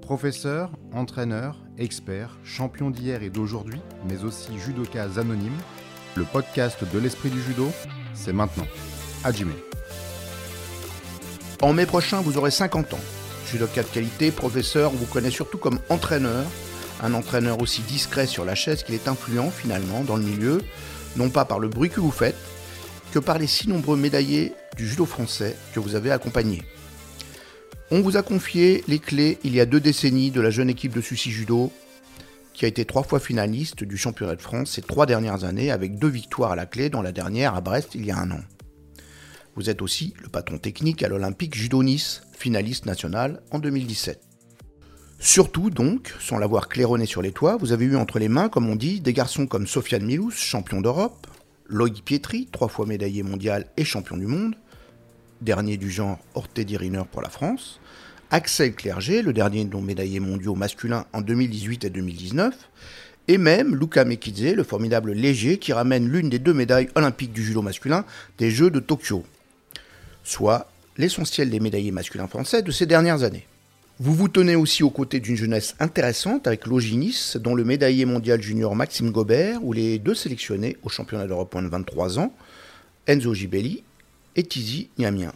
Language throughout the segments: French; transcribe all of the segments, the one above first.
Professeur, entraîneur, expert, champion d'hier et d'aujourd'hui, mais aussi judokas anonymes, le podcast de l'esprit du judo, c'est maintenant. Hajime. En mai prochain, vous aurez 50 ans. Judoka de qualité, professeur, on vous connaît surtout comme entraîneur. Un entraîneur aussi discret sur la chaise qu'il est influent finalement dans le milieu, non pas par le bruit que vous faites, que par les si nombreux médaillés du judo français que vous avez accompagnés. On vous a confié les clés il y a 2 décennies de la jeune équipe de Sucy Judo, qui a été 3 fois finaliste du championnat de France ces 3 dernières années, avec 2 victoires à la clé, dont la dernière à Brest il y a 1 an. Vous êtes aussi le patron technique à l'Olympique Judo Nice, finaliste national en 2017. Surtout donc, sans l'avoir claironné sur les toits, vous avez eu entre les mains, comme on dit, des garçons comme Sofiane Milous, champion d'Europe, Loïc Pietri, 3 fois médaillé mondial et champion du monde, dernier du genre Ortedi Riner pour la France, Axel Clerget, le dernier non médaillé mondiaux masculin en 2018 et 2019, et même Luca Mekidze, le formidable léger qui ramène l'une des 2 médailles olympiques du judo masculin des Jeux de Tokyo, soit l'essentiel des médaillés masculins français de ces dernières années. Vous vous tenez aussi aux côtés d'une jeunesse intéressante avec l'Oginis, dont le médaillé mondial junior Maxime Gobert, ou les 2 sélectionnés au championnat d'Europe moins de 23 ans, Enzo Gibelli et Tizi Niamien.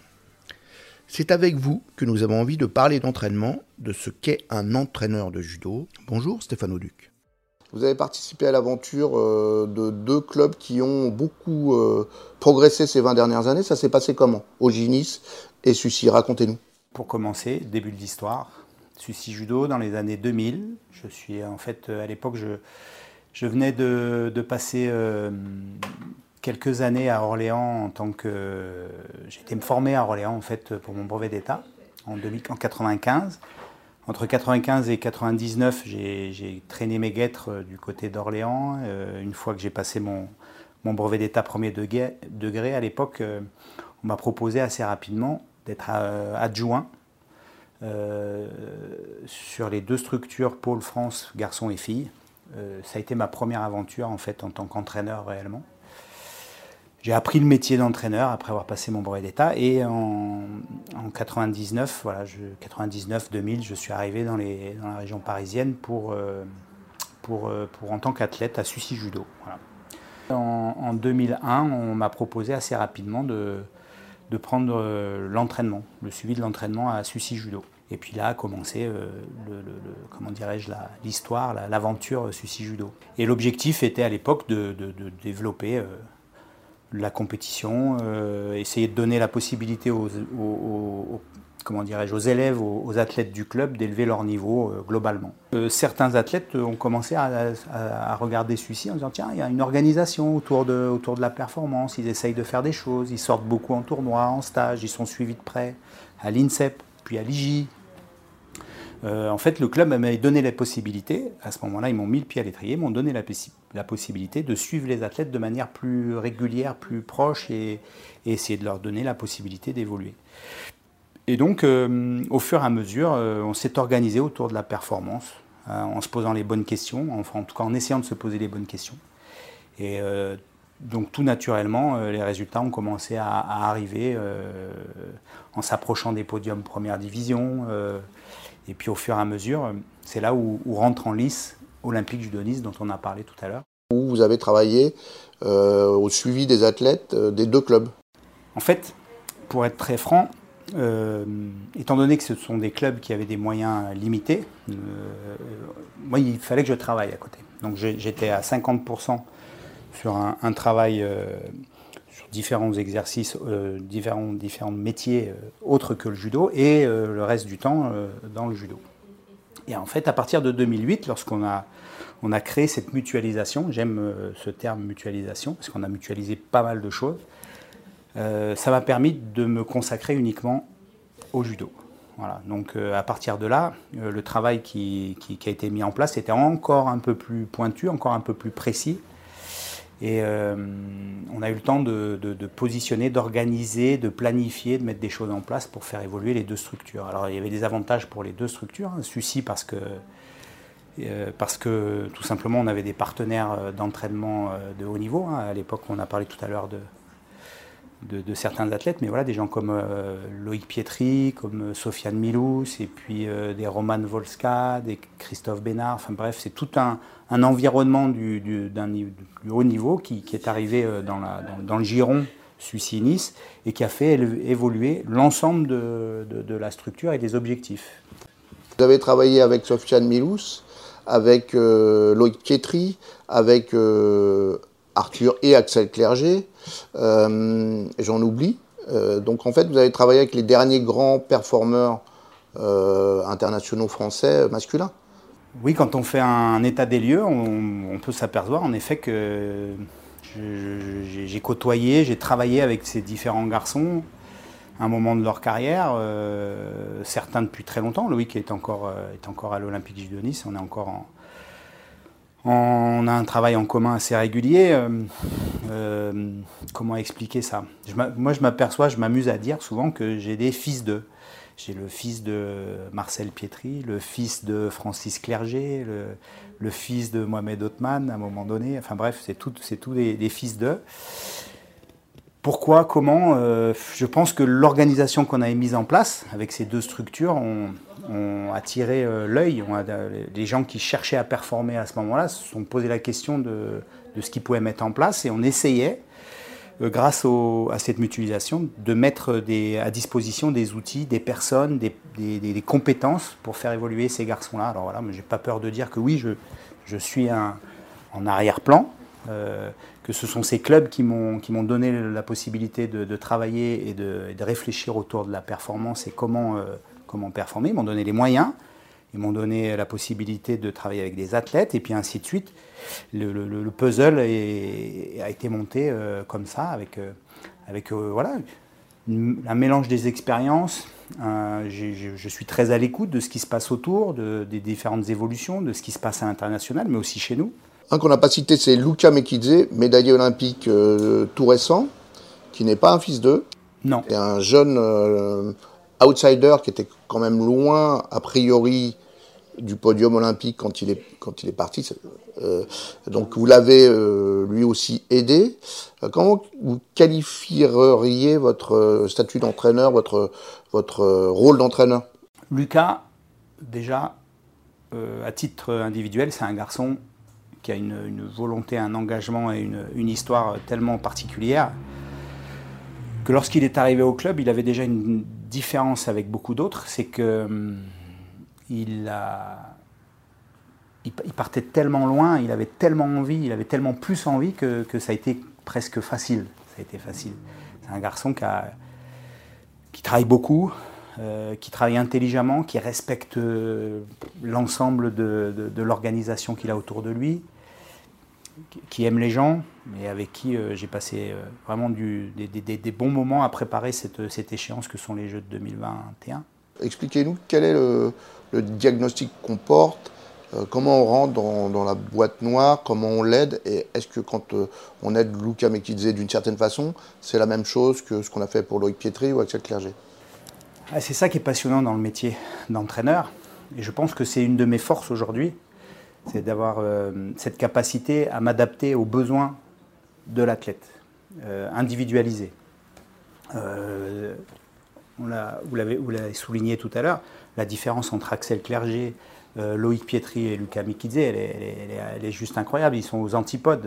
C'est avec vous que nous avons envie de parler d'entraînement, de ce qu'est un entraîneur de judo. Bonjour Stéphane Auduc. Vous avez participé à l'aventure de 2 clubs qui ont beaucoup progressé ces 20 dernières années. Ça s'est passé comment ? Oginis et Sucy, racontez-nous. Pour commencer, début de l'histoire, Sucy Judo dans les années 2000. Je suis en fait, à l'époque, je venais de passer quelques années à Orléans en tant que... J'ai été me former à Orléans en fait pour mon brevet d'État en 95. Entre 95 et 99, j'ai traîné mes guêtres du côté d'Orléans. Une fois que j'ai passé mon brevet d'État premier degré, à l'époque, on m'a proposé assez rapidement d'être adjoint sur les 2 structures Pôle France, garçons et filles. Ça a été ma première aventure en fait en tant qu'entraîneur réellement. J'ai appris le métier d'entraîneur après avoir passé mon brevet d'État et en 99, 99-2000, je suis arrivé dans la région parisienne pour en tant qu'athlète à Sucy Judo. Voilà. En 2001, on m'a proposé assez rapidement de prendre l'entraînement, le suivi de l'entraînement à Sucy Judo. Et puis là a commencé l'histoire, l'aventure Sucy Judo. Et l'objectif était à l'époque de développer la compétition, essayer de donner la possibilité aux élèves, aux athlètes du club d'élever leur niveau globalement. Certains athlètes ont commencé à regarder Sucy en disant tiens, il y a une organisation autour de la performance, ils essayent de faire des choses, ils sortent beaucoup en tournoi, en stage, ils sont suivis de près à l'INSEP, puis à l'IJ. En fait, le club m'a donné la possibilité, à ce moment-là, ils m'ont mis le pied à l'étrier, m'ont donné la possibilité de suivre les athlètes de manière plus régulière, plus proche et essayer de leur donner la possibilité d'évoluer. Et donc, au fur et à mesure, on s'est organisé autour de la performance, en se posant les bonnes questions, enfin en tout cas en essayant de se poser les bonnes questions. Et donc tout naturellement, les résultats ont commencé à arriver en s'approchant des podiums première division. Et puis au fur et à mesure, c'est là où rentre en lice Olympique Judo Nice dont on a parlé tout à l'heure. Où vous avez travaillé au suivi des athlètes des 2 clubs. En fait, pour être très franc, étant donné que ce sont des clubs qui avaient des moyens limités, moi il fallait que je travaille à côté. Donc j'étais à 50% sur un travail sur différents exercices, différents métiers autres que le judo et le reste du temps dans le judo. Et en fait, à partir de 2008, lorsqu'on a créé cette mutualisation, j'aime ce terme mutualisation parce qu'on a mutualisé pas mal de choses, ça m'a permis de me consacrer uniquement au judo. Voilà. Donc à partir de là, le travail qui a été mis en place était encore un peu plus pointu, encore un peu plus précis. Et on a eu le temps de positionner, d'organiser, de planifier, de mettre des choses en place pour faire évoluer les 2 structures. Alors il y avait des avantages pour les 2 structures. Sucy parce que tout simplement on avait des partenaires d'entraînement de haut niveau. À l'époque, on a parlé tout à l'heure de certains athlètes, mais voilà, des gens comme Loïc Pietri, comme Sofiane Milous, et puis des Roman Volska, des Christophe Bénard, enfin bref, c'est tout un environnement du haut niveau qui est arrivé dans le giron Suissi-Nice et qui a fait évoluer l'ensemble de la structure et des objectifs. Vous avez travaillé avec Sofiane Milous, avec Loïc Pietri, avec Arthur et Axel Clerget, j'en oublie. Donc en fait, vous avez travaillé avec les derniers grands performeurs internationaux français masculins. Oui, quand on fait un état des lieux, on peut s'apercevoir en effet que j'ai côtoyé, j'ai travaillé avec ces différents garçons à un moment de leur carrière, certains depuis très longtemps. Loïc est encore à l'Olympique Judo de Nice, on a un travail en commun assez régulier. Comment expliquer ça ? Moi, je m'amuse à dire souvent que j'ai des fils d'eux. J'ai le fils de Marcel Pietri, le fils de Francis Clerget, le fils de Mohamed Othman à un moment donné. Enfin bref, c'est tous des fils d'eux. Pourquoi ? Comment ? Je pense que l'organisation qu'on avait mise en place avec ces deux structures ont attiré l'œil. Les gens qui cherchaient à performer à ce moment-là se sont posé la question de ce qu'ils pouvaient mettre en place et on essayait, grâce à cette mutualisation, de mettre à disposition des outils, des personnes, des compétences pour faire évoluer ces garçons-là. Alors voilà, je n'ai pas peur de dire que oui, je suis en arrière-plan. Que ce sont ces clubs qui m'ont donné la possibilité de travailler et de réfléchir autour de la performance et comment performer. Ils m'ont donné les moyens, ils m'ont donné la possibilité de travailler avec des athlètes et puis ainsi de suite. Le puzzle a été monté comme ça avec voilà, un mélange des expériences. Je suis très à l'écoute de ce qui se passe autour, des différentes évolutions, de ce qui se passe à l'international, mais aussi chez nous. Un qu'on n'a pas cité, c'est Luka Mekidze, médaillé olympique tout récent, qui n'est pas un fils d'eux. Non. C'est un jeune outsider qui était quand même loin, a priori, du podium olympique quand il est parti. Donc vous l'avez lui aussi aidé. Comment vous qualifieriez votre statut d'entraîneur, votre rôle d'entraîneur ? Luka, déjà, à titre individuel, c'est un garçon qui a une volonté, un engagement et une histoire tellement particulière que lorsqu'il est arrivé au club, il avait déjà une différence avec beaucoup d'autres, c'est que il partait tellement loin, il avait tellement envie, il avait tellement plus envie que ça a été presque facile. Ça a été facile. C'est un garçon qui travaille beaucoup, qui travaille intelligemment, qui respecte l'ensemble de l'organisation qu'il a autour de lui, qui aime les gens et avec qui j'ai passé vraiment des bons moments à préparer cette échéance que sont les Jeux de 2021. Expliquez-nous quel est le diagnostic qu'on porte, comment on rentre dans la boîte noire, comment on l'aide, et est-ce que quand on aide Luka Mekidze d'une certaine façon, c'est la même chose que ce qu'on a fait pour Loïc Pietri ou Axel Clerget ? C'est ça qui est passionnant dans le métier d'entraîneur, et je pense que c'est une de mes forces aujourd'hui, c'est d'avoir cette capacité à m'adapter aux besoins de l'athlète, individualisé. Vous l'avez souligné tout à l'heure, la différence entre Axel Clerget, Loïc Pietri et Luka Mekidze, elle est juste incroyable, ils sont aux antipodes.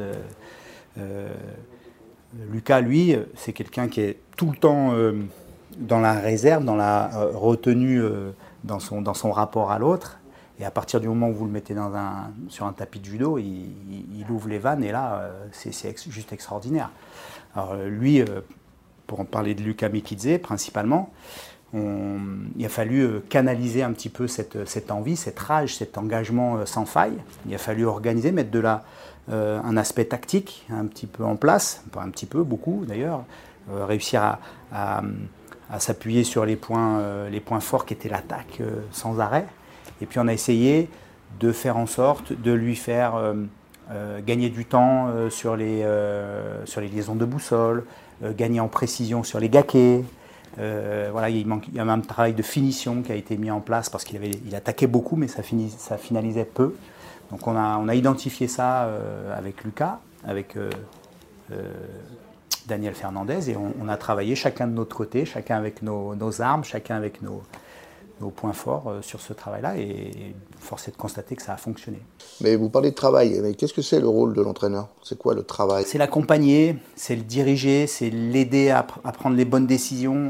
Luka, lui, c'est quelqu'un qui est tout le temps dans la réserve, dans la retenue, dans son rapport à l'autre. Et à partir du moment où vous le mettez sur un tapis de judo, il ouvre les vannes et là, c'est juste extraordinaire. Alors lui, pour en parler de Luka Mekidze principalement, il a fallu canaliser un petit peu cette envie, cette rage, cet engagement sans faille. Il a fallu organiser, mettre un aspect tactique un petit peu en place, pas un petit peu, beaucoup d'ailleurs, réussir à s'appuyer sur les points forts qui étaient l'attaque sans arrêt. Et puis on a essayé de faire en sorte de lui faire gagner du temps sur les liaisons de boussole, gagner en précision sur les gaquets. Voilà, il y avait un travail de finition qui a été mis en place parce qu'il attaquait beaucoup mais ça finalisait peu. Donc on a identifié ça avec Luka, avec Daniel Fernandez, et on a travaillé chacun de notre côté, chacun avec nos armes, chacun avec nos points forts sur ce travail-là, et force est de constater que ça a fonctionné. Mais vous parlez de travail, mais qu'est-ce que c'est le rôle de l'entraîneur? C'est quoi le travail? C'est l'accompagner, c'est le diriger, c'est l'aider à prendre les bonnes décisions,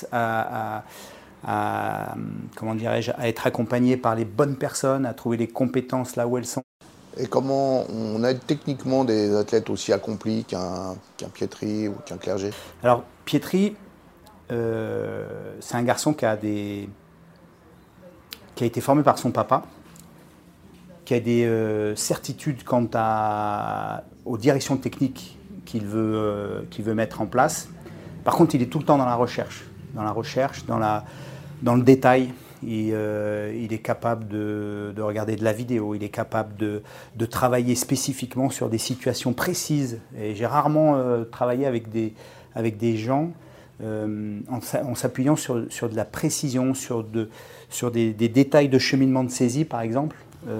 comment dirais-je, à être accompagné par les bonnes personnes, à trouver les compétences là où elles sont. Et comment on aide techniquement des athlètes aussi accomplis qu'un Pietri ou qu'un Clerget? Alors Pietri, c'est un garçon qui a été formé par son papa, qui a des certitudes quant aux directions techniques qu'il veut mettre en place. Par contre, il est tout le temps dans la recherche, dans le détail. Il est capable de regarder de la vidéo, il est capable de travailler spécifiquement sur des situations précises. Et j'ai rarement travaillé avec des gens en s'appuyant sur de la précision, sur des détails de cheminement de saisie, par exemple,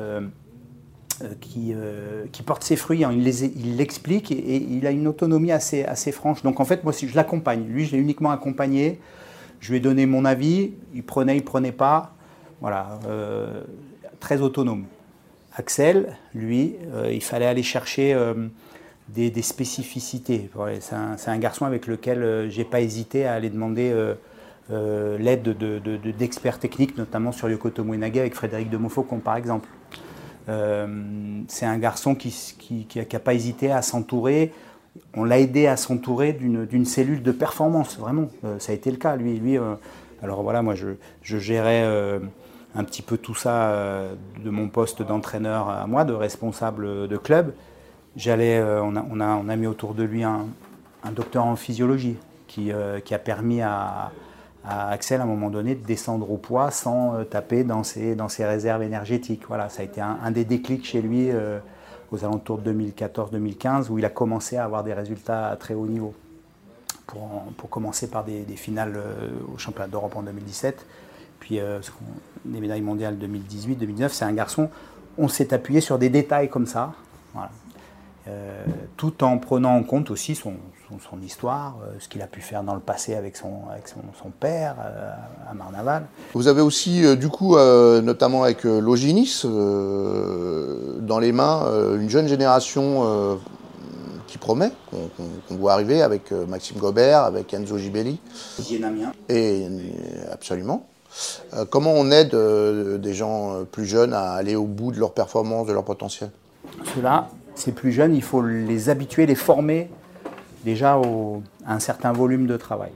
qui portent ses fruits. Il l'explique et il a une autonomie assez franche. Donc en fait, moi, si je l'accompagne, lui, je l'ai uniquement accompagné. Je lui ai donné mon avis, il prenait pas. Voilà, très autonome. Axel, lui, il fallait aller chercher des spécificités. C'est un garçon avec lequel je n'ai pas hésité à aller demander l'aide d'experts techniques, notamment sur Yoko Tomoe-Nage avec Frédéric de Montfaucon, par exemple. C'est un garçon qui n'a pas hésité à s'entourer. On l'a aidé à s'entourer d'une cellule de performance, vraiment. Ça a été le cas, lui. Alors voilà, moi, je gérais un petit peu tout ça de mon poste d'entraîneur à moi, de responsable de club. On a mis autour de lui un docteur en physiologie qui a permis à Axel, à un moment donné, de descendre au poids sans taper dans ses réserves énergétiques. Voilà, ça a été un des déclics chez lui aux alentours de 2014-2015, où il a commencé à avoir des résultats à très haut niveau. Pour commencer par des finales au championnat d'Europe en 2017, puis des médailles mondiales 2018-2019. C'est un garçon, on s'est appuyé sur des détails comme ça, voilà. Tout en prenant en compte aussi son histoire, ce qu'il a pu faire dans le passé avec son père à Marnaval. Vous avez aussi, du coup, notamment avec Loginis, dans les mains, une jeune génération qui promet, qu'on voit arriver avec Maxime Gobert, avec Enzo Gibelli. Et absolument. Comment on aide des gens plus jeunes à aller au bout de leur performance, de leur potentiel? Ceux-là, ces plus jeunes, il faut les habituer, les former déjà à un certain volume de travail.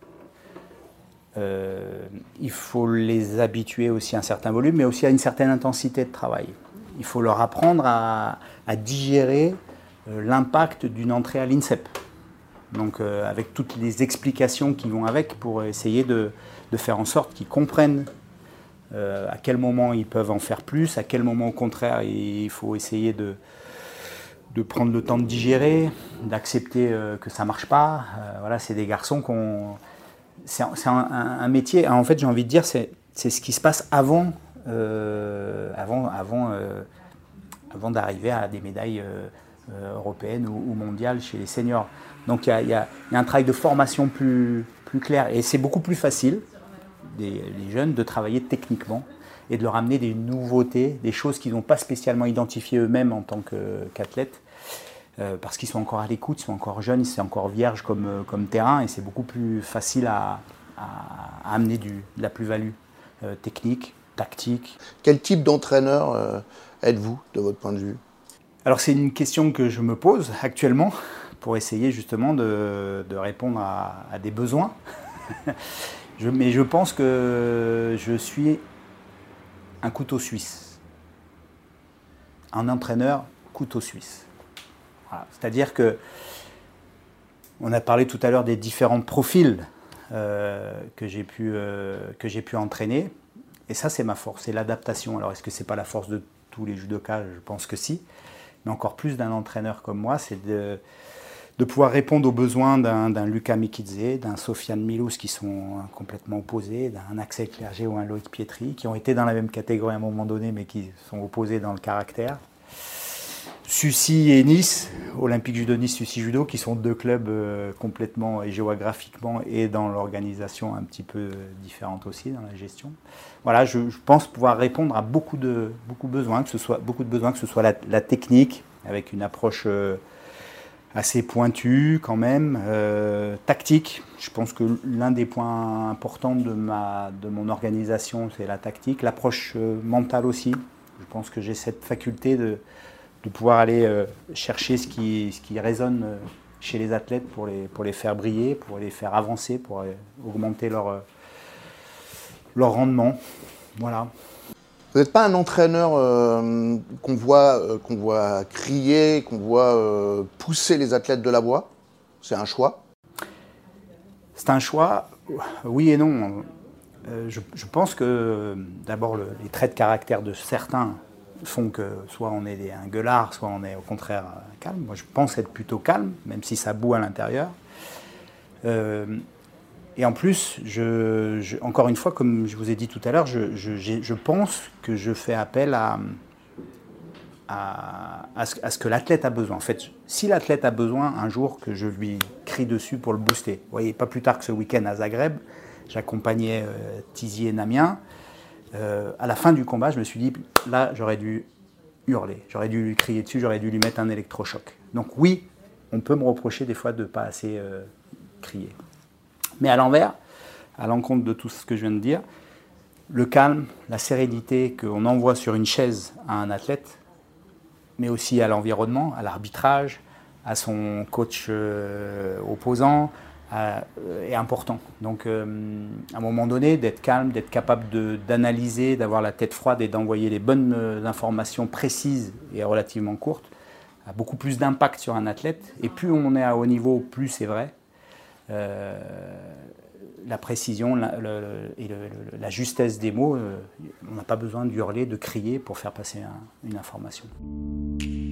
Il faut les habituer aussi à un certain volume, mais aussi à une certaine intensité de travail. Il faut leur apprendre à digérer l'impact d'une entrée à l'INSEP. Donc avec toutes les explications qui vont avec, pour essayer de faire en sorte qu'ils comprennent à quel moment ils peuvent en faire plus, à quel moment au contraire il faut essayer de prendre le temps de digérer, d'accepter que ça ne marche pas. Voilà, c'est des garçons c'est un métier, en fait j'ai envie de dire, c'est ce qui se passe avant d'arriver à des médailles européennes ou mondiales chez les seniors. Donc il y a un travail de formation plus clair, et c'est beaucoup plus facile, les jeunes, de travailler techniquement et de leur amener des nouveautés, des choses qu'ils n'ont pas spécialement identifiées eux-mêmes en tant qu'athlètes, parce qu'ils sont encore à l'écoute, ils sont encore jeunes, c'est encore vierge comme terrain, et c'est beaucoup plus facile à amener de la plus-value technique, tactique. Quel type d'entraîneur êtes-vous, de votre point de vue? Alors c'est une question que je me pose actuellement pour essayer justement de répondre à des besoins. Mais je pense que je suis un couteau suisse. Un entraîneur couteau suisse. Voilà. C'est-à-dire que on a parlé tout à l'heure des différents profils que j'ai pu entraîner. Et ça, c'est ma force, c'est l'adaptation. Alors, est-ce que c'est pas la force de tous les judokas? Je pense que si. Mais encore plus d'un entraîneur comme moi, c'est de pouvoir répondre aux besoins d'un Luca Mikidze, d'un Sofiane Milous, qui sont complètement opposés, d'un Axel Clerget ou un Loïc Pietri, qui ont été dans la même catégorie à un moment donné, mais qui sont opposés dans le caractère. Sucy et Nice, Olympique Judo Nice, Sucy Judo, qui sont deux clubs complètement et géographiquement et dans l'organisation un petit peu différentes aussi dans la gestion. Voilà, je pense pouvoir répondre à beaucoup de besoins, que ce soit la technique avec une approche assez pointue quand même, tactique. Je pense que l'un des points importants de mon organisation, c'est la tactique, l'approche mentale aussi. Je pense que j'ai cette faculté de pouvoir aller chercher ce qui résonne chez les athlètes pour les faire briller, pour les faire avancer, pour augmenter leur rendement. Voilà. Vous n'êtes pas un entraîneur qu'on voit crier, qu'on voit pousser les athlètes de la voie? C'est un choix? C'est un choix, oui et non. Je pense que d'abord les traits de caractère de certains font que soit on est un gueulard, soit on est au contraire calme. Moi je pense être plutôt calme, même si ça boue à l'intérieur. Et en plus, encore une fois, comme je vous ai dit tout à l'heure, je pense que je fais appel à ce que l'athlète a besoin. En fait, si l'athlète a besoin un jour que je lui crie dessus pour le booster. Vous voyez, pas plus tard que ce week-end à Zagreb, j'accompagnais Tizier Namien. À la fin du combat, je me suis dit, là, j'aurais dû hurler, j'aurais dû lui crier dessus, j'aurais dû lui mettre un électrochoc. Donc oui, on peut me reprocher des fois de ne pas assez crier. Mais à l'envers, à l'encontre de tout ce que je viens de dire, le calme, la sérénité qu'on envoie sur une chaise à un athlète, mais aussi à l'environnement, à l'arbitrage, à son coach opposant, est important. Donc à un moment donné, d'être calme, d'être capable d'analyser, d'avoir la tête froide et d'envoyer les bonnes informations précises et relativement courtes, a beaucoup plus d'impact sur un athlète. Et plus on est à haut niveau, plus c'est vrai. La précision et la justesse des mots, on n'a pas besoin de hurler, de crier pour faire passer une information.